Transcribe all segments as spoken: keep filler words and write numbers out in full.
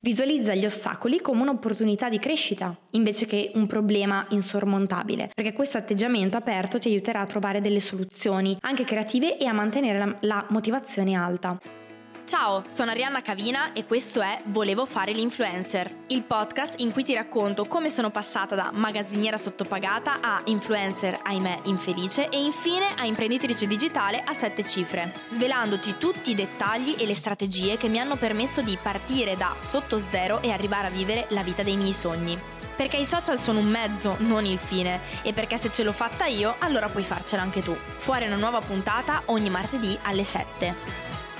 Visualizza gli ostacoli come un'opportunità di crescita, invece che un problema insormontabile, perché questo atteggiamento aperto ti aiuterà a trovare delle soluzioni, anche creative, e a mantenere la, la motivazione alta. Ciao, sono Arianna Cavina e questo è Volevo fare l'influencer, il podcast in cui ti racconto come sono passata da magazziniera sottopagata a influencer, ahimè, infelice e infine a imprenditrice digitale a sette cifre, svelandoti tutti i dettagli e le strategie che mi hanno permesso di partire da sotto zero e arrivare a vivere la vita dei miei sogni. Perché i social sono un mezzo, non il fine, e perché se ce l'ho fatta io, allora puoi farcela anche tu. Fuori una nuova puntata ogni martedì alle sette.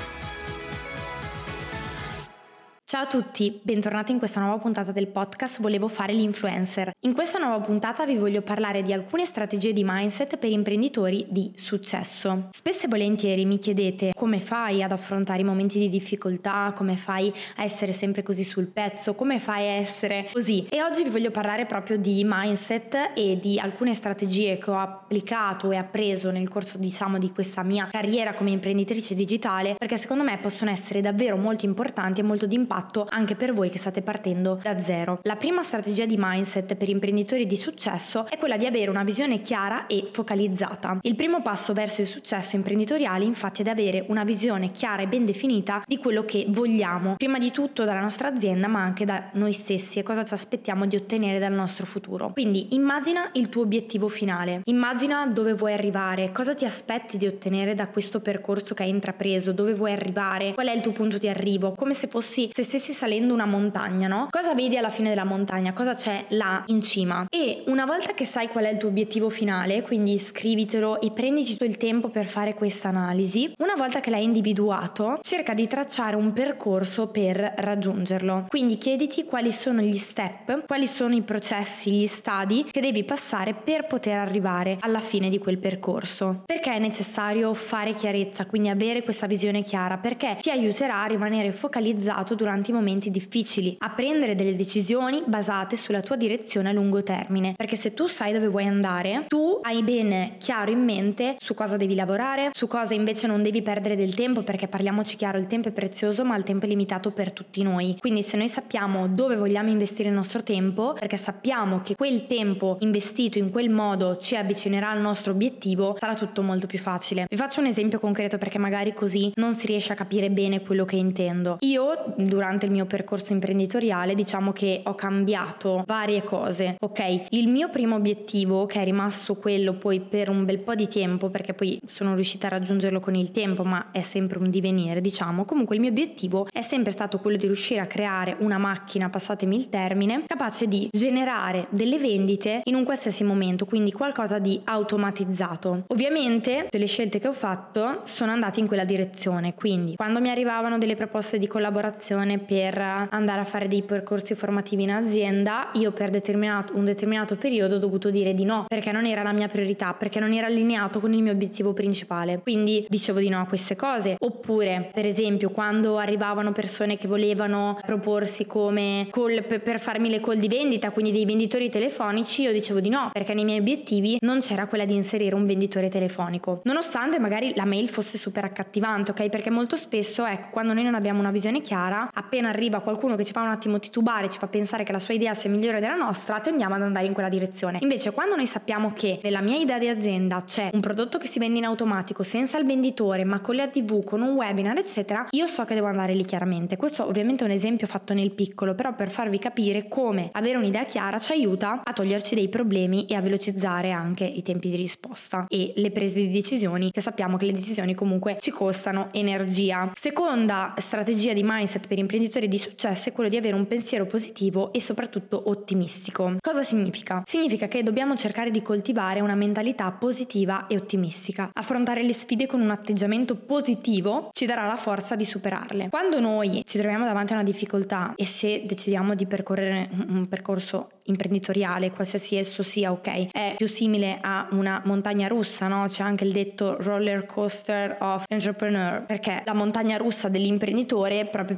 Ciao a tutti, bentornati in questa nuova puntata del podcast Volevo fare l'influencer. In questa nuova puntata vi voglio parlare di alcune strategie di mindset per imprenditori di successo. Spesso e volentieri mi chiedete come fai ad affrontare i momenti di difficoltà, come fai a essere sempre così sul pezzo, come fai a essere così. E oggi vi voglio parlare proprio di mindset e di alcune strategie che ho applicato e appreso nel corso, diciamo, di questa mia carriera come imprenditrice digitale, perché secondo me possono essere davvero molto importanti e molto di impatto anche per voi che state partendo da zero. La prima strategia di mindset per imprenditori di successo è quella di avere una visione chiara e focalizzata. Il primo passo verso il successo imprenditoriale, infatti, è di avere una visione chiara e ben definita di quello che vogliamo, prima di tutto dalla nostra azienda, ma anche da noi stessi, e cosa ci aspettiamo di ottenere dal nostro futuro. Quindi immagina il tuo obiettivo finale, immagina dove vuoi arrivare, cosa ti aspetti di ottenere da questo percorso che hai intrapreso, dove vuoi arrivare, qual è il tuo punto di arrivo, come se fossi se stessi salendo una montagna, no? Cosa vedi alla fine della montagna? Cosa c'è là in cima? E una volta che sai qual è il tuo obiettivo finale, quindi scrivitelo e prenditi tutto il tempo per fare questa analisi, una volta che l'hai individuato, cerca di tracciare un percorso per raggiungerlo. Quindi chiediti quali sono gli step, quali sono i processi, gli stadi che devi passare per poter arrivare alla fine di quel percorso. Perché è necessario fare chiarezza, quindi avere questa visione chiara? Perché ti aiuterà a rimanere focalizzato durante i momenti difficili, a prendere delle decisioni basate sulla tua direzione a lungo termine, perché se tu sai dove vuoi andare, tu hai bene chiaro in mente su cosa devi lavorare, su cosa invece non devi perdere del tempo, perché parliamoci chiaro, il tempo è prezioso ma il tempo è limitato per tutti noi. Quindi se noi sappiamo dove vogliamo investire il nostro tempo, perché sappiamo che quel tempo investito in quel modo ci avvicinerà al nostro obiettivo, sarà tutto molto più facile. Vi faccio un esempio concreto perché magari così non si riesce a capire bene quello che intendo. Io durante Durante il mio percorso imprenditoriale, diciamo che ho cambiato varie cose. Ok, il mio primo obiettivo, che è rimasto quello poi per un bel po' di tempo, perché poi sono riuscita a raggiungerlo con il tempo, ma è sempre un divenire, diciamo. Comunque il mio obiettivo è sempre stato quello di riuscire a creare una macchina, passatemi il termine, capace di generare delle vendite in un qualsiasi momento, quindi qualcosa di automatizzato. Ovviamente delle scelte che ho fatto sono andate in quella direzione, quindi quando mi arrivavano delle proposte di collaborazione per andare a fare dei percorsi formativi in azienda, io per determinato, un determinato periodo ho dovuto dire di no, perché non era la mia priorità, perché non era allineato con il mio obiettivo principale, quindi dicevo di no a queste cose. Oppure per esempio quando arrivavano persone che volevano proporsi come call per farmi le call di vendita, quindi dei venditori telefonici, io dicevo di no, perché nei miei obiettivi non c'era quella di inserire un venditore telefonico, nonostante magari la mail fosse super accattivante, ok? Perché molto spesso, ecco, quando noi non abbiamo una visione chiara, appena arriva qualcuno che ci fa un attimo titubare, ci fa pensare che la sua idea sia migliore della nostra, tendiamo ad andare in quella direzione. Invece quando noi sappiamo che nella mia idea di azienda c'è un prodotto che si vende in automatico senza il venditore, ma con le A T V, con un webinar eccetera, io so che devo andare lì chiaramente. Questo ovviamente è un esempio fatto nel piccolo, però per farvi capire come avere un'idea chiara ci aiuta a toglierci dei problemi e a velocizzare anche i tempi di risposta e le prese di decisioni, che sappiamo che le decisioni comunque ci costano energia. Seconda strategia di mindset per imprenditori di successo è quello di avere un pensiero positivo e soprattutto ottimistico. Cosa significa? Significa che dobbiamo cercare di coltivare una mentalità positiva e ottimistica. Affrontare le sfide con un atteggiamento positivo ci darà la forza di superarle. Quando noi ci troviamo davanti a una difficoltà e se decidiamo di percorrere un percorso imprenditoriale, qualsiasi esso sia, ok, è più simile a una montagna russa, no? C'è anche il detto roller coaster of entrepreneur, perché la montagna russa dell'imprenditore, proprio perché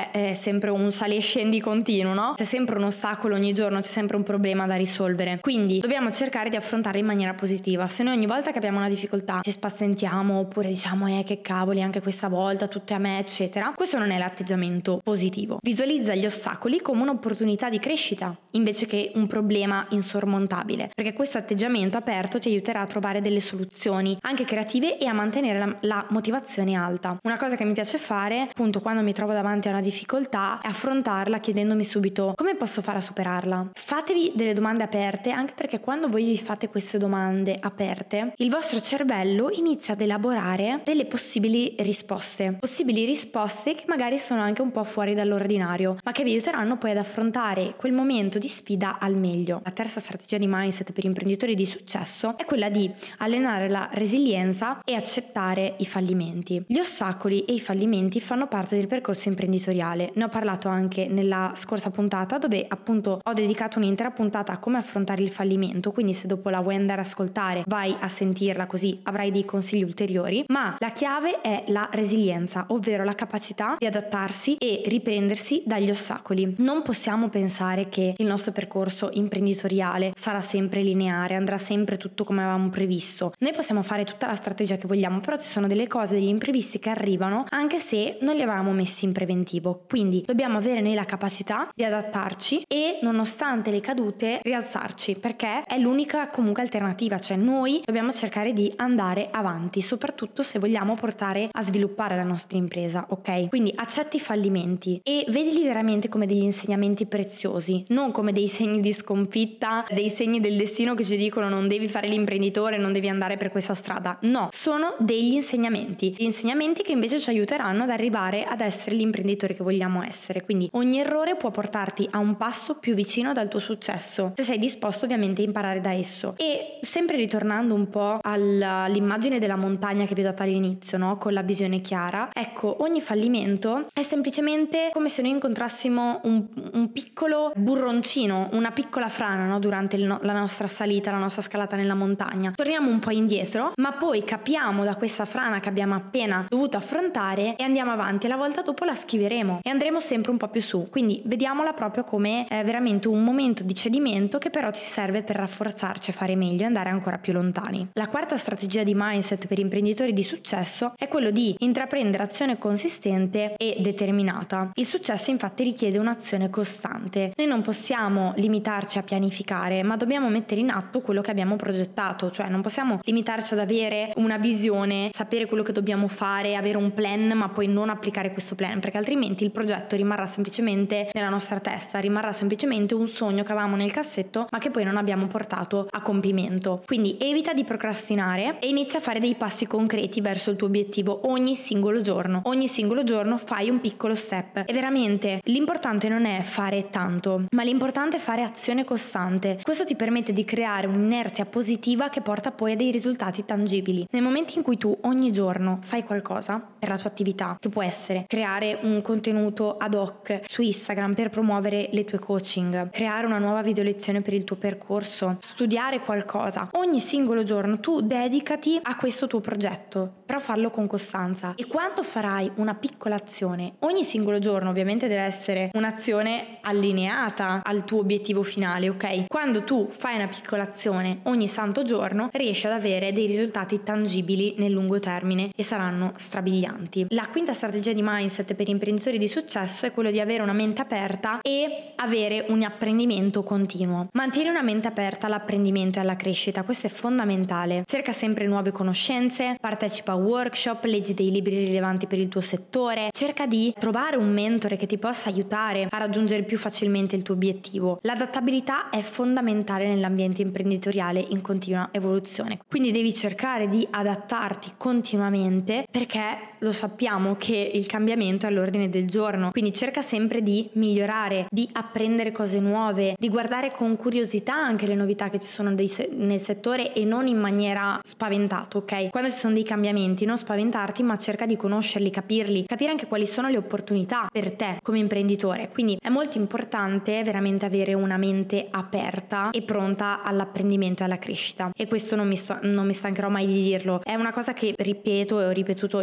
è, è sempre un sali e scendi continuo, no? C'è sempre un ostacolo ogni giorno, c'è sempre un problema da risolvere, quindi dobbiamo cercare di affrontarlo in maniera positiva. Se noi ogni volta che abbiamo una difficoltà ci spazientiamo oppure diciamo eh che cavoli anche questa volta tutte a me eccetera, questo non è l'atteggiamento positivo. Visualizza gli ostacoli come un'opportunità di crescita invece che un problema insormontabile, perché questo atteggiamento aperto ti aiuterà a trovare delle soluzioni anche creative e a mantenere la, la motivazione alta. Una cosa che mi piace fare appunto quando mi trovo davanti a una difficoltà è affrontarla chiedendomi subito come posso fare a superarla. Fatevi delle domande aperte, anche perché quando voi vi fate queste domande aperte il vostro cervello inizia ad elaborare delle possibili risposte possibili risposte che magari sono anche un po' fuori dall'ordinario, ma che vi aiuteranno poi ad affrontare quel momento di sfida al meglio. La terza strategia di mindset per imprenditori di successo è quella di allenare la resilienza e accettare i fallimenti. Gli ostacoli e i fallimenti fanno parte del percorso imprenditoriale. Ne ho parlato anche nella scorsa puntata, dove appunto ho dedicato un'intera puntata a come affrontare il fallimento, quindi se dopo la vuoi andare a ascoltare vai a sentirla, così avrai dei consigli ulteriori. Ma la chiave è la resilienza, ovvero la capacità di adattarsi e riprendersi dagli ostacoli. Non possiamo pensare che il nostro percorso imprenditoriale sarà sempre lineare, andrà sempre tutto come avevamo previsto. Noi possiamo fare tutta la strategia che vogliamo, però ci sono delle cose, degli imprevisti che arrivano anche se non li avevamo messi in preventivo. Quindi dobbiamo avere noi la capacità di adattarci e nonostante le cadute rialzarci, perché è l'unica comunque alternativa, cioè noi dobbiamo cercare di andare avanti, soprattutto se vogliamo portare a sviluppare la nostra impresa, ok? Quindi accetti i fallimenti e vedili veramente come degli insegnamenti preziosi, non come dei segni di sconfitta, dei segni del destino che ci dicono non devi fare l'imprenditore, non devi andare per questa strada. No, sono degli insegnamenti, gli insegnamenti che invece ci aiuteranno ad arrivare ad essere l'imprenditore che vogliamo essere. Quindi ogni errore può portarti a un passo più vicino dal tuo successo, se sei disposto ovviamente a imparare da esso. E sempre ritornando un po' all'immagine della montagna che vi ho dato all'inizio, no? Con la visione chiara, ecco, ogni fallimento è semplicemente come se noi incontrassimo un, un piccolo burroncino, una piccola frana, no? Durante il no- la nostra salita, la nostra scalata nella montagna. Torniamo un po' indietro, ma poi capiamo da questa frana che abbiamo appena dovuto affrontare e andiamo avanti, e la volta dopo la schiveremo e andremo sempre un po' più su. Quindi vediamola proprio come eh, veramente un momento di cedimento che però ci serve per rafforzarci e fare meglio e andare ancora più lontani. La quarta strategia di mindset per imprenditori di successo è quello di intraprendere azione consistente e determinata. Il successo infatti richiede un'azione costante. Noi non possiamo limitarci a pianificare, ma dobbiamo mettere in atto quello che abbiamo progettato, cioè non possiamo limitarci ad avere una visione, sapere quello che dobbiamo fare, avere un plan, ma poi non applicare questo plan, perché altrimenti il progetto rimarrà semplicemente nella nostra testa, rimarrà semplicemente un sogno che avevamo nel cassetto, ma che poi non abbiamo portato a compimento. Quindi evita di procrastinare e inizia a fare dei passi concreti verso il tuo obiettivo ogni singolo giorno. Ogni singolo giorno fai un piccolo step e veramente l'importante non è fare tanto, ma l'importante è fare azione costante. Questo ti permette di creare un'inerzia positiva che porta poi a dei risultati tangibili. Nel momento in cui tu ogni giorno fai qualcosa per la tua attività, che può essere creare un contenuto ad hoc su Instagram per promuovere le tue coaching, creare una nuova video lezione per il tuo percorso, studiare qualcosa, ogni singolo giorno tu dedicati a questo tuo progetto, però farlo con costanza. E quando farai una piccola azione ogni singolo giorno, ovviamente deve essere un'azione allineata al tuo obiettivo finale, ok? Quando tu fai una piccola azione ogni santo giorno riesci ad avere dei risultati tangibili nel lungo termine e saranno strabilianti. La quinta strategia di mindset per imprenditori di successo è quello di avere una mente aperta e avere un apprendimento continuo. Mantieni una mente aperta all'apprendimento e alla crescita, questo è fondamentale. Cerca sempre nuove conoscenze, partecipa a workshop, leggi dei libri rilevanti per il tuo settore, cerca di trovare un mentore che ti possa aiutare a raggiungere più facilmente il tuo obiettivo. L'adattabilità è fondamentale nell'ambiente imprenditoriale in continua evoluzione, quindi devi cercare di adattarti continuamente, perché lo sappiamo che il cambiamento è all'ordine del giorno, quindi cerca sempre di migliorare, di apprendere cose nuove, di guardare con curiosità anche le novità che ci sono dei se- nel settore e non in maniera spaventata, ok? Quando ci sono dei cambiamenti non spaventarti, ma cerca di conoscerli, capirli, capire anche quali sono le opportunità per te come imprenditore. Quindi è molto importante veramente avere una mente aperta e pronta all'apprendimento e alla crescita, e questo non mi, sto, non mi stancherò mai di dirlo, è una cosa che ripeto e ho ripetuto in quasi tutti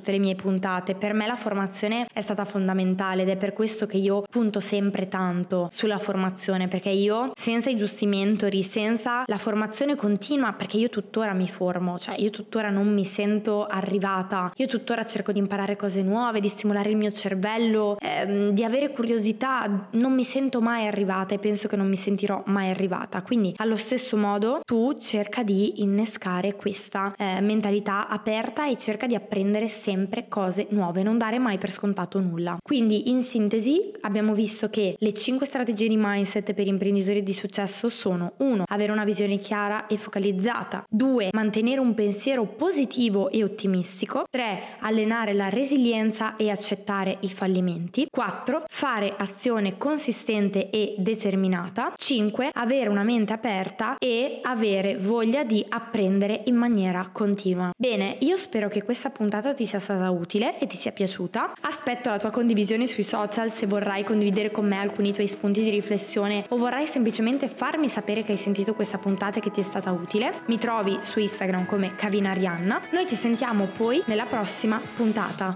tutte le mie puntate, per me la formazione è stata fondamentale ed è per questo che io punto sempre tanto sulla formazione, perché io senza i giusti mentori, senza la formazione continua, perché io tuttora mi formo, cioè io tuttora non mi sento arrivata, io tuttora cerco di imparare cose nuove, di stimolare il mio cervello, ehm, di avere curiosità, non mi sento mai arrivata e penso che non mi sentirò mai arrivata. Quindi allo stesso modo tu cerca di innescare questa eh, mentalità aperta e cerca di apprendere sempre cose nuove, non dare mai per scontato nulla. Quindi in sintesi abbiamo visto che le cinque strategie di mindset per imprenditori di successo sono: uno Avere una visione chiara e focalizzata. due Mantenere un pensiero positivo e ottimistico. tre Allenare la resilienza e accettare i fallimenti. quattro Fare azione consistente e determinata. cinque Avere una mente aperta e avere voglia di apprendere in maniera continua. Bene, io spero che questa puntata ti sia stata utile e ti sia piaciuta. Aspetto la tua condivisione sui social se vorrai condividere con me alcuni tuoi spunti di riflessione o vorrai semplicemente farmi sapere che hai sentito questa puntata e che ti è stata utile. Mi trovi su Instagram come Kavina Arianna. Noi ci sentiamo poi nella prossima puntata.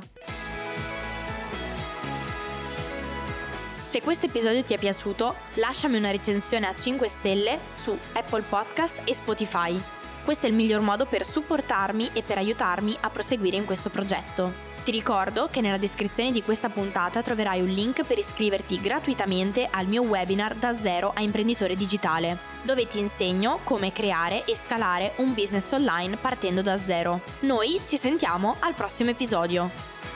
Se questo episodio ti è piaciuto, lasciami una recensione a cinque stelle su Apple Podcast e Spotify. Questo è il miglior modo per supportarmi e per aiutarmi a proseguire in questo progetto. Ti ricordo che nella descrizione di questa puntata troverai un link per iscriverti gratuitamente al mio webinar Da zero a imprenditore digitale, dove ti insegno come creare e scalare un business online partendo da zero. Noi ci sentiamo al prossimo episodio.